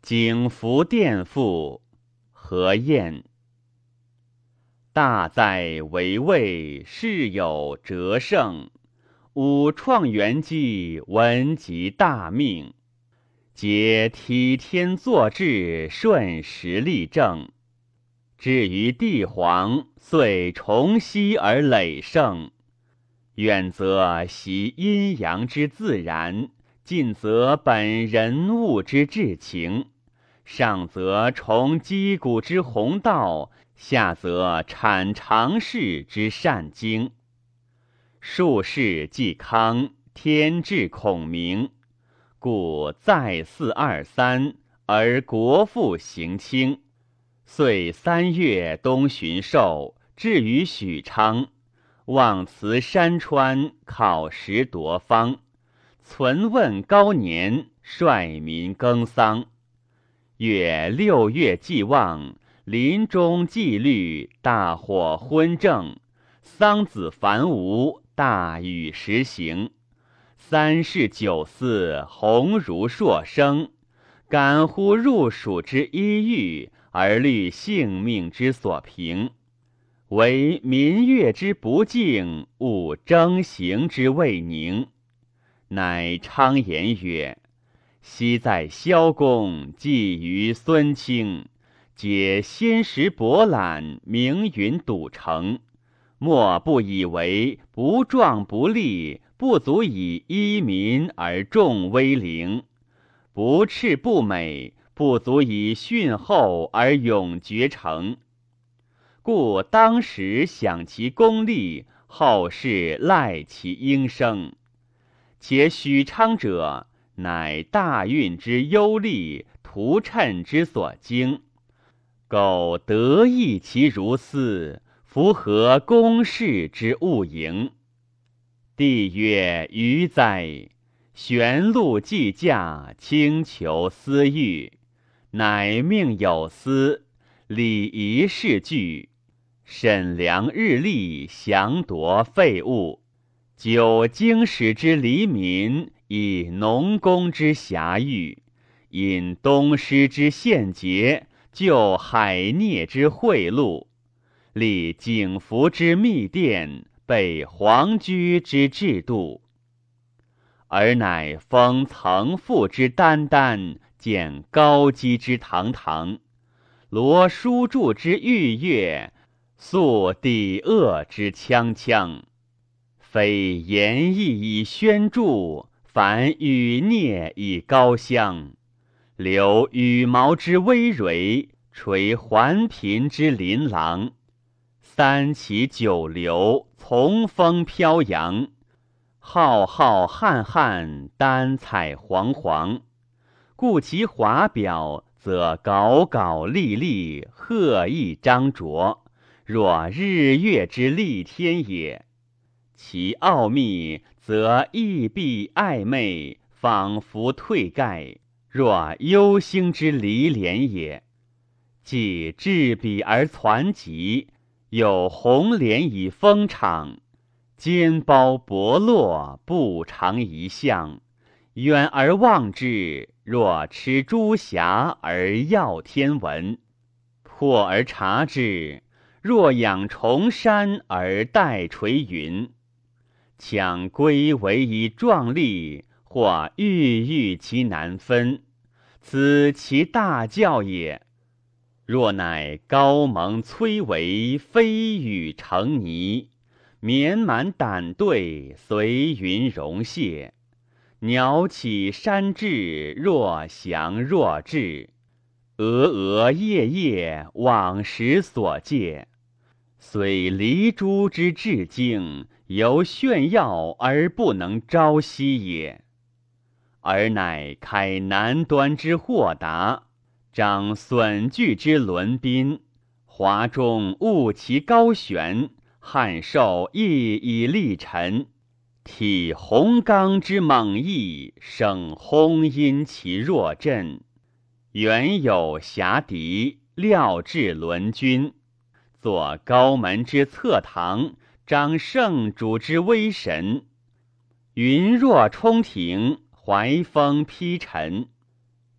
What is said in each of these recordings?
景福殿赋，何晏。大在为魏，世有哲圣。吾创元基，文极大命。皆体天作治，顺时立政。至于帝皇，遂重熙而累盛。远则习阴阳之自然，近则本人物之至情，上则崇击鼓之弘道，下则阐常识之善经。术士季康，天志孔明，故在祀23，而国父行清。遂3月冬旬寿，至于许昌。望辞山川，考实夺方，存问高年，率民耕桑。6月既望，临终纪律，大火昏正，桑梓繁芜，大禹时行。3事9祀，鸿儒硕生，感乎入蜀之一遇，而虑性命之所凭。惟民乐之不敬，勿征行之未宁。乃昌言曰：昔在萧公，祭于孙卿，皆先时博览，明云笃诚。莫不以为不壮不立，不足以依民而重威灵；不赤不美，不足以训后而永绝成。故当时享其功利，后世赖其应声。且许昌者，乃大运之忧厉，图谶之所经。苟得意其如斯，符合公事之务营。帝曰：余哉！玄露计价，轻求私欲，乃命有司，礼仪事具，审量日历，详夺废物，究经史之黎民，以农工之暇欲，引东施之献节，就海涅之贿赂，立景福之密殿，备皇居之制度。而乃封曾父之眈眈，建高基之堂堂，罗书柱之玉钺，肃抵恶之锵锵。非言义以宣著，凡语孽以高香。留羽毛之微蕤，垂环贫之琳琅。3起9流，从风飘扬。浩浩瀚瀚，丹彩煌煌。故其华表，则杲杲丽丽，赫异张卓，若日月之丽天也；其奥秘，则异璧暧昧，仿佛褪盖，若幽星之离连也。既至彼而攒集，有红莲以封场，肩包薄落，不长一象。远而望之，若持朱匣而耀天文；破而察之，若仰崇山而待垂云。强归为以壮丽，或郁郁其难分，此其大教也。若乃高蒙崔嵬，飞羽成泥，绵满胆对，随云溶泄。鸟起山至，若翔若至，峨峨夜夜，往时所借。虽离珠之至精，犹炫耀而不能朝夕也。而乃开南端之豁达，掌损具之伦宾，华中悟其高悬，汉寿亦以立臣。体洪刚之猛毅，省轰音其弱振。原有遐敌，料至伦君。作高门之侧堂，掌圣主之威神。云若冲庭，怀风披尘。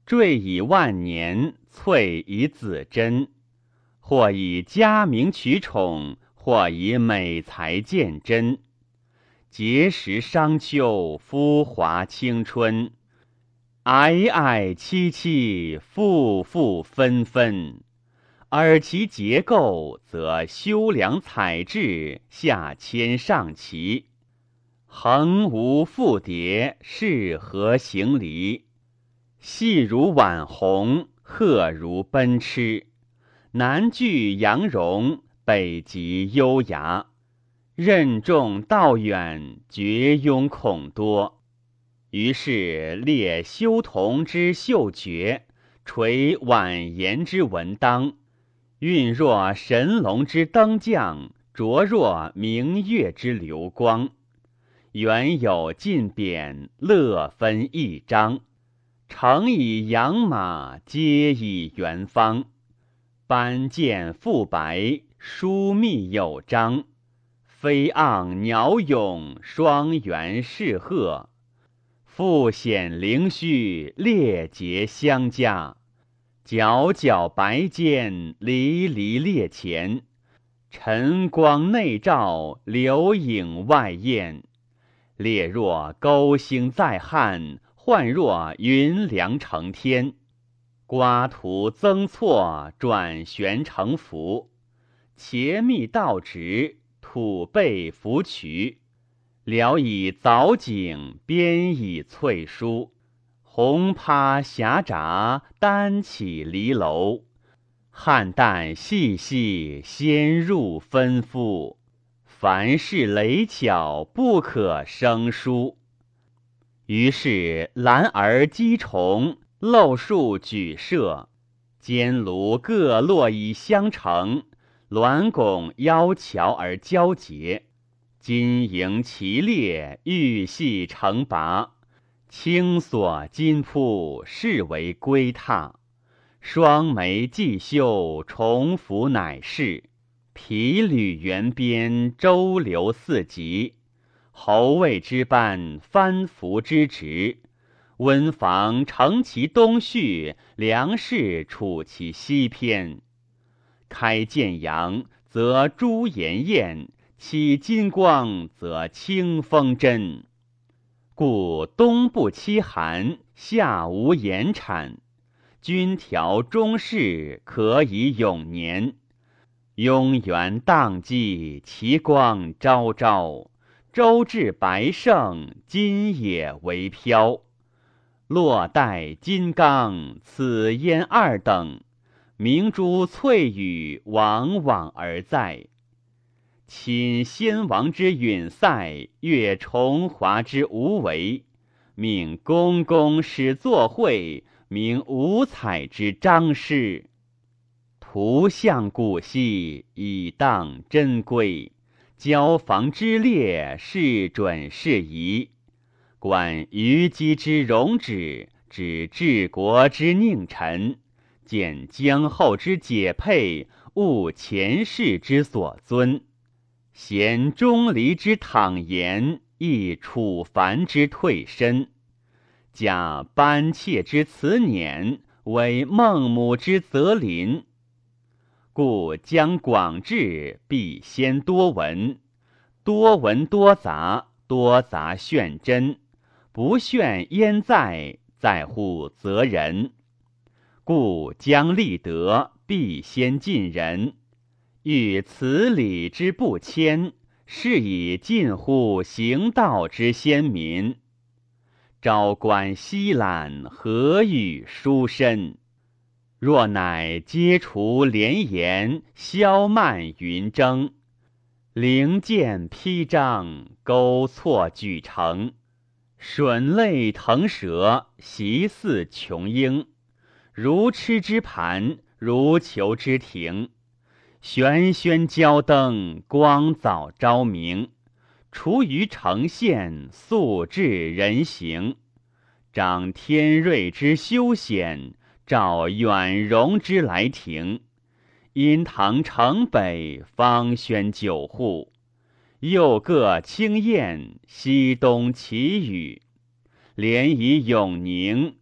坠以万年，翠以子珍。或以佳名取宠，或以美才见真。结识商丘，肤华青春。皑皑凄凄，复复纷纷。而其结构，则修良采质，下谦上奇。横无复叠，适合行离。细如晚红，褐如奔驰。南具阳容，北极优雅。任重道远，绝庸恐多。于是列修童之秀绝，垂婉言之文当，运若神龙之登降，灼若明月之流光。原有尽贬，乐分一章。乘以养马，皆以圆方。斑见复白，疏密有章。飞昂鸟咏，双元饰鹤。复显灵虚，列节相加。皎皎白间，离离列前。晨光内照，流影外艳。列若钩星在汉，幻若云梁成天。刮图增错，转旋成幅。茄密道直，土背浮渠。辽以藻井，边以翠书。红趴霞札，丹起离楼。汉淡细细，先入分夫。凡事雷巧，不可生疏。于是兰儿击虫，漏树举射。间炉各落以相成，鸾拱腰桥而交结。金营齐列，玉系成拔。青锁金铺，是为归榻。双眉髻秀，重复乃是。皮履圆边，周流四极。侯卫之班，藩服之职。温房承其东序，梁氏处其西偏。开建阳，则朱颜艳；起金光，则清风真。故东不期寒，夏无言产。均条中士，可以永年。庸元荡迹，其光昭昭。周至白胜，今也为飘。落带金刚，此焉二等。明珠翠羽，往往而在。亲先王之允塞，阅重华之无为。命公公使作会，名五彩之张师。图像古稀，以当珍贵。交房之列，是准是宜。观虞姬之容止，指治国之佞臣。见姜后之解配，悟前世之所尊。贤钟离之躺言，亦楚凡之退身。假班妾之辞辇，为孟母之择邻。故将广志，必先多闻。多闻多杂，多杂炫真。不炫焉在？在乎择人。故将立德，必先近人。欲此理之不谦，是以近乎行道之先民。朝观夕览，何与殊深？若乃皆除连言，消漫云蒸。灵剑披张，钩错举成。吮泪腾蛇，习似琼英。如痴之盘，如囚之庭。玄轩交灯，光早昭明。除于呈现，素至人形。长天瑞之休显，照远荣之来庭。阴堂城北，方轩九户。右各清晏，西东祈雨。连以永宁，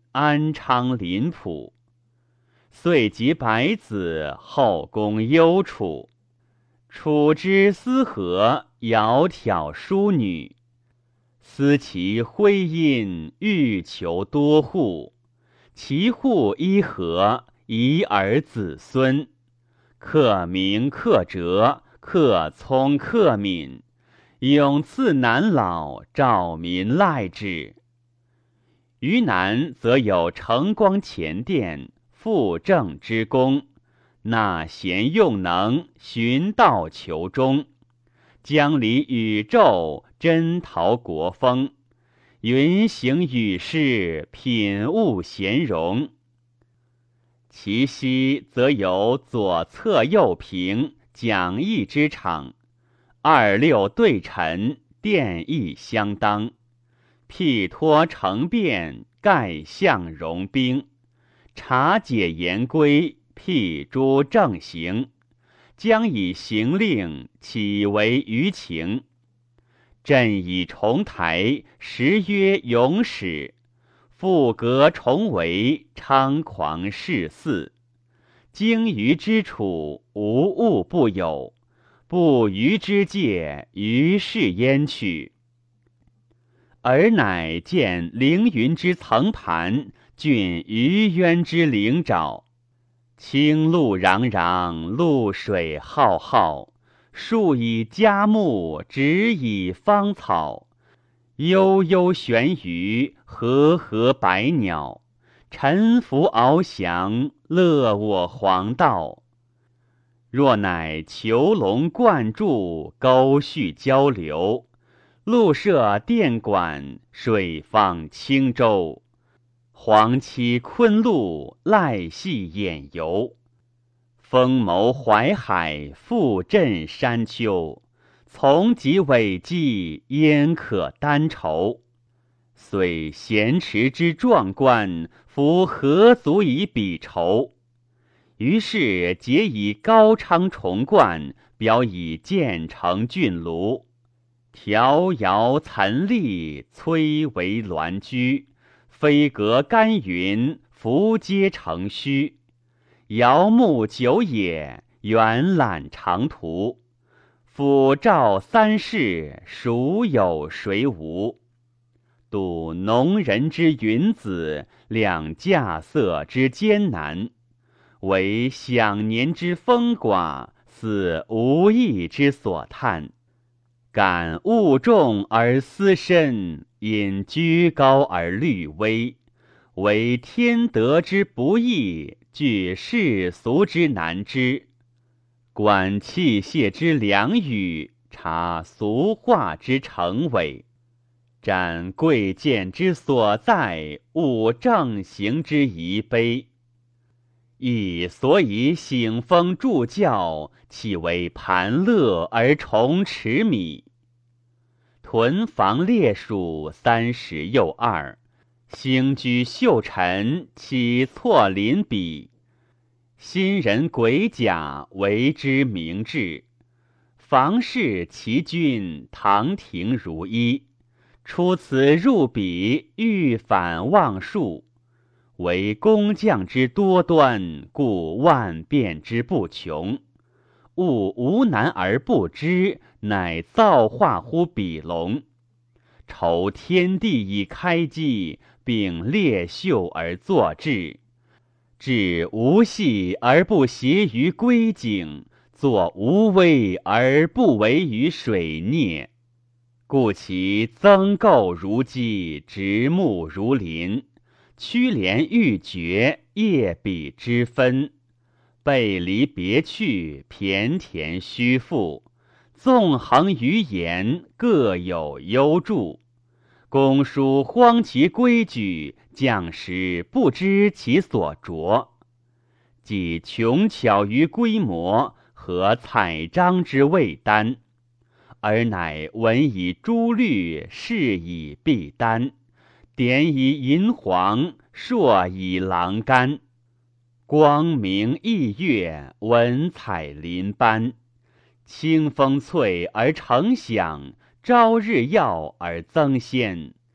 安昌临浦。遂及百子，后宫忧楚。楚之思和，窈窕淑女。思其徽阴，欲求多户。其户一和，遗而子孙。克明克哲，克聪克敏。永赐男老，兆民赖之。于南则有承光前殿，复政之功，纳贤用能，循道求忠，将理宇宙，真陶国风，云行与世，品物贤容。其西则有左侧右平，讲义之场，二六对陈，殿义相当。辟托成变，盖相容兵。察解言规，辟诸正行。将以行令，岂为舆情？朕以重台，实曰永始。复革重围，猖狂事肆。鲸鱼之处，无物不有；不虞之界，于是焉去。尔乃见凌云之层盘，峻鱼渊之灵沼。清露攘攘，露水浩浩。树以佳木，植以芳草。悠悠玄鱼，和和百鸟。沉浮翱翔，乐我黄道。若乃囚笼灌注，沟绪交流。陆设电管，水放轻舟。黄栖昆陆，赖系眼游。风谋淮海，复振山丘。从极伟绩，焉可单筹？虽咸池之壮观，夫何足以比筹？于是皆以高昌重冠，表以建成峻庐。条摇岑立，崔嵬鸾居。飞阁干云，伏阶成虚。遥目久也，远览长途。俯照三世，孰有谁无？睹农人之云子，量稼穑之艰难。惟享年之风寡，似无益之所叹。感物重而思深，因居高而虑微。惟天德之不易，据世俗之难知。观器械之良与，察俗化之成伪。瞻贵贱之所在，悟正行之仪卑。亦所以醒风助教，岂为盘乐而重持米？屯防列属30又2，兴居秀臣，岂错临彼？新人鬼甲，为之明志。房事齐君，堂庭如一。出此入彼，欲反忘数。为工匠之多端，故万变之不穷。物无难而不知，乃造化乎比龙。酬天地以开基，并列秀而作志。治无系而不谐于归景，作无危而不为于水孽。故其增构如积，直木如林。曲连欲绝，叶笔之分。背离别去，骈田虚复。纵横于言，各有幽著。公叔荒其规矩，将士不知其所着。既穷巧于规模，和彩章之未丹。而乃文以珠绿，饰以璧丹。典以银黄，硕以琅干。光明异月，文采鳞斑。清风翠而成响，朝日耀而增鲜。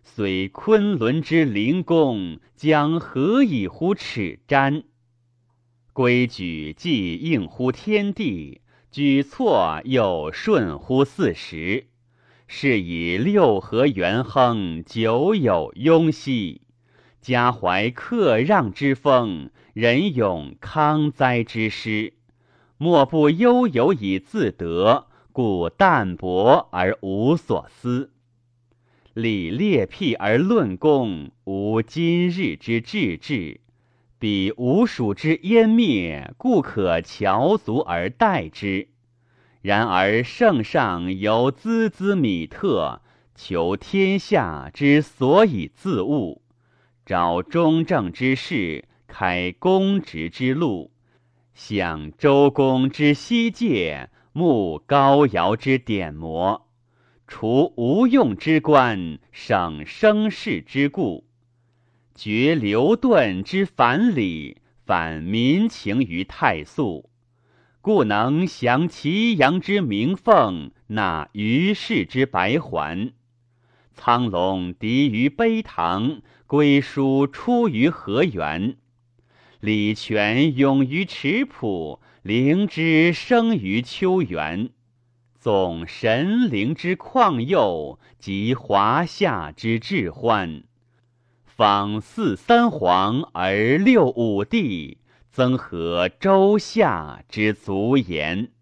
虽昆仑之灵公，将何以乎耻瞻？规矩既应乎天地，举措又顺乎四时。是以六合元亨，久有雍熙。家怀克让之风，人咏康哉之诗。莫不悠游以自得，故淡泊而无所思。礼列辟而论功，无今日之志志。彼吴蜀之湮灭，故可翘足而待之。然而圣上犹孜孜米特，求天下之所以自务，找中正之事，开公直之路，享周公之西界，慕高尧之典谟，除无用之官，省生事之故，绝流遁之反礼，反民情于太素。故能降祁阳之鸣凤，纳虞氏之白环。苍龙敌于碑堂，归书出于河源。礼泉涌于池浦，灵芝生于丘园。总神灵之旷佑，及华夏之至欢。仿四三皇而六五帝，增合周夏之足言。